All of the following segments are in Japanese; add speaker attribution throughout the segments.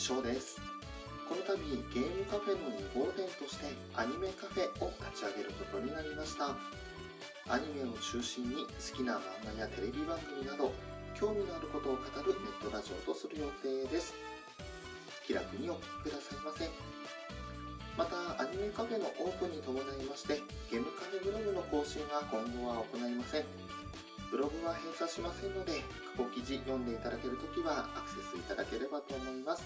Speaker 1: ショーです。この度ゲームカフェの2号店としてアニメカフェを立ち上げることになりました。アニメを中心に好きな漫画やテレビ番組など興味のあることを語るネットラジオとする予定です。気楽にお聞きくださいませ。またアニメカフェのオープンに伴いましてゲームカフェブログの更新は今後は行いません。ブログは閉鎖しませんので、過去記事読んでいただけるときはアクセスいただければと思います。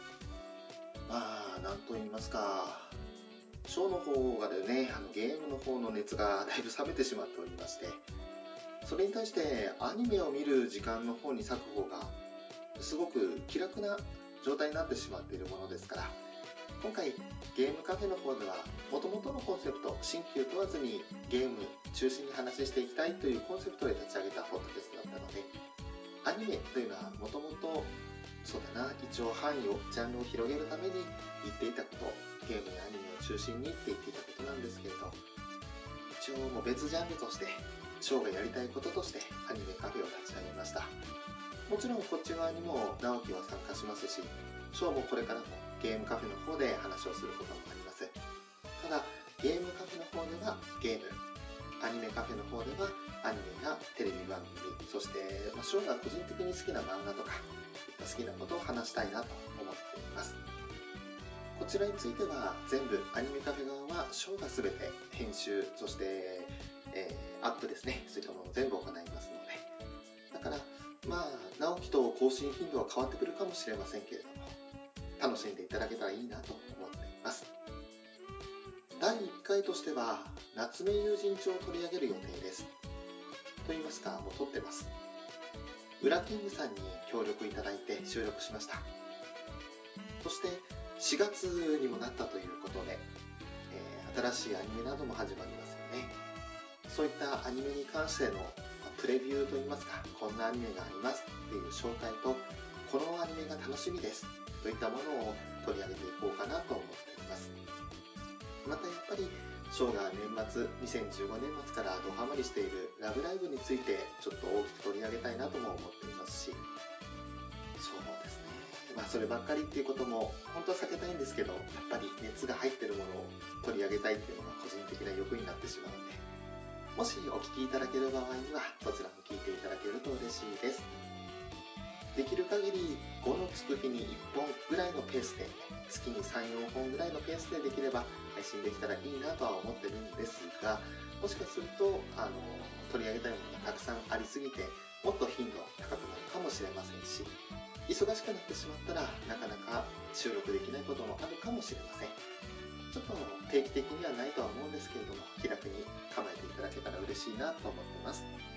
Speaker 1: なんと言いますか、ショーの方がでね、ゲームの方の熱がだいぶ冷めてしまっておりまして、それに対してアニメを見る時間の方に割く方がすごく気楽な状態になってしまっているものですから、今回ゲームカフェの方では元々のコンセプト、新旧問わずにゲーム中心に話していきたいというコンセプトで立ち上げたポッドキャストだったので、アニメというのはもともとそうだな、一応範囲をジャンルを広げるために言っていたこと、ゲームやアニメを中心にって言っていたことなんですけれど、一応もう別ジャンルとしてショーがやりたいこととしてアニメカフェを立ち上げました。もちろんこっち側にも直樹は参加しますし、ショーもこれからもゲームカフェの方で話をすることもあります。ただゲームカフェの方ではゲーム、アニメカフェの方ではアニメやテレビ番組、そしてショーが個人的に好きな漫画とか好きなことを話したいなと思っています。こちらについては全部アニメカフェ側はショーが全て編集、そして、アップですね、そういったものを全部行いますので、だから直樹と更新頻度は変わってくるかもしれませんけれども、楽しんでいただけたらいいなと思っています。第1回としては夏目友人帳を取り上げる予定です。と言いますか、もう撮ってます。ウラキングさんに協力いただいて収録しました。そして4月にもなったということで、新しいアニメなども始まりますよね。そういったアニメに関してのプレビューといいますか、こんなアニメがありますっていう紹介と、このアニメが楽しみですといったものを取り上げていこうかなと思っています。またやっぱりショーが年末、2015年末からドハマりしているラブライブについてちょっと大きく取り上げたいなとも思っていますし、そうですね、そればっかりっていうことも本当は避けたいんですけど、やっぱり熱が入ってるものを取り上げたいっていうのが個人的な欲になってしまうので、もしお聞きいただける場合にはそちらも聞いていただけると嬉しいです。できる限り5のつく日に1本ぐらいのペースで、月に 3,4 本ぐらいのペースでできれば配信できたらいいなとは思ってるんですが、もしかすると取り上げたいものがたくさんありすぎてもっと頻度高くなるかもしれませんし、忙しくなってしまったらなかなか収録できないこともあるかもしれません。ちょっと定期的にはないとは思うんですけれども、気楽に構えていただけたら嬉しいなと思ってます。